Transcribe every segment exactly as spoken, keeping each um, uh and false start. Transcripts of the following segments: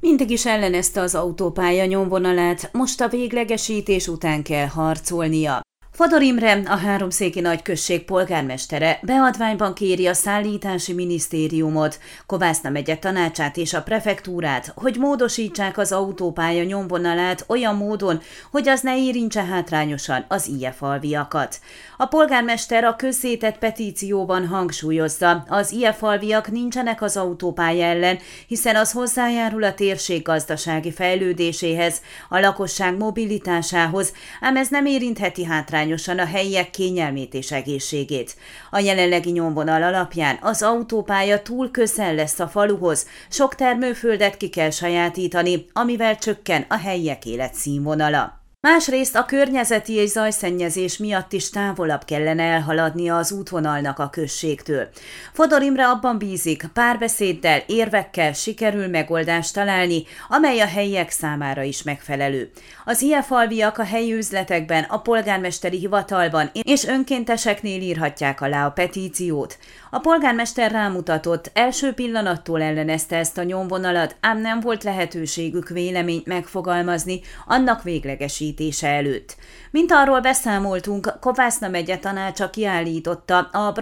Mindig is ellenezte az autópálya nyomvonalát, most a véglegesítés után kell harcolnia. Fodor Imre, a Háromszéki Nagyközség polgármestere beadványban kéri a szállítási minisztériumot, Kovászna megye tanácsát és a prefektúrát, hogy módosítsák az autópálya nyomvonalát olyan módon, hogy az ne érintse hátrányosan az ilyenfalviakat. A polgármester a közzétett petícióban hangsúlyozza, az ilyenfalviak nincsenek az autópálya ellen, hiszen az hozzájárul a térség gazdasági fejlődéséhez, a lakosság mobilitásához, ám ez nem érintheti hátrányosan a helyiek kényelmét és egészségét. A jelenlegi nyomvonal alapján az autópálya túl közel lesz a faluhoz, sok termőföldet ki kell sajátítani, amivel csökken a helyiek életszínvonala. Másrészt a környezeti és zajszennyezés miatt is távolabb kellene elhaladnia az útvonalnak a községtől. Fodor Imre abban bízik, párbeszéddel, érvekkel sikerül megoldást találni, amely a helyiek számára is megfelelő. Az ilyenfalviak a helyi üzletekben, a polgármesteri hivatalban és önkénteseknél írhatják alá a petíciót. A polgármester rámutatott, első pillanattól ellenezte ezt a nyomvonalat, ám nem volt lehetőségük véleményt megfogalmazni annak véglegesítése előtt. Mint arról beszámoltunk, Kovászna megye tanácsa kiállította a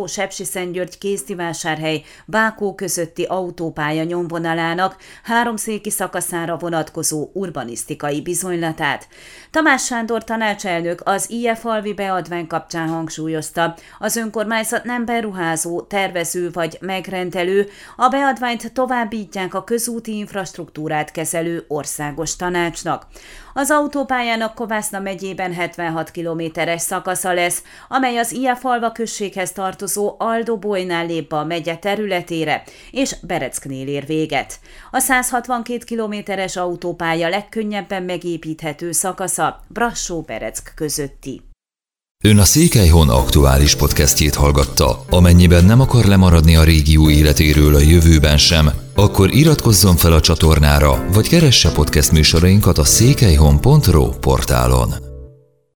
Brassó-Sepsiszentgyörgy-Kézdivásárhely Bákó közötti autópálya nyomvonalának háromszéki szakaszára vonatkozó urbanisztikai bizonylatát. Tamás Sándor tanácselnök az ilyenfalvi beadvány kapcsán hangsúlyozta, az önkormányzat nem beruházó, tervező vagy megrendelő, a beadványt továbbítják a közúti infrastruktúrát kezelő országos tanácsnak. Az autópályának Kovászna megyében hetvenhat kilométeres szakasza lesz, amely az Ilyenfalva községhez tartozó Aldobólynál lép be a megye területére, és Berecknél ér véget. A száz hatvankét kilométeres autópálya legkönnyebben megépíthető szakasza Brassó-Bereck közötti. Ön a Székelyhon aktuális podcastjét hallgatta. Amennyiben nem akar lemaradni a régió életéről a jövőben sem, akkor iratkozzon fel a csatornára, vagy keresse podcast műsorainkat a székelyhon pont ro portálon.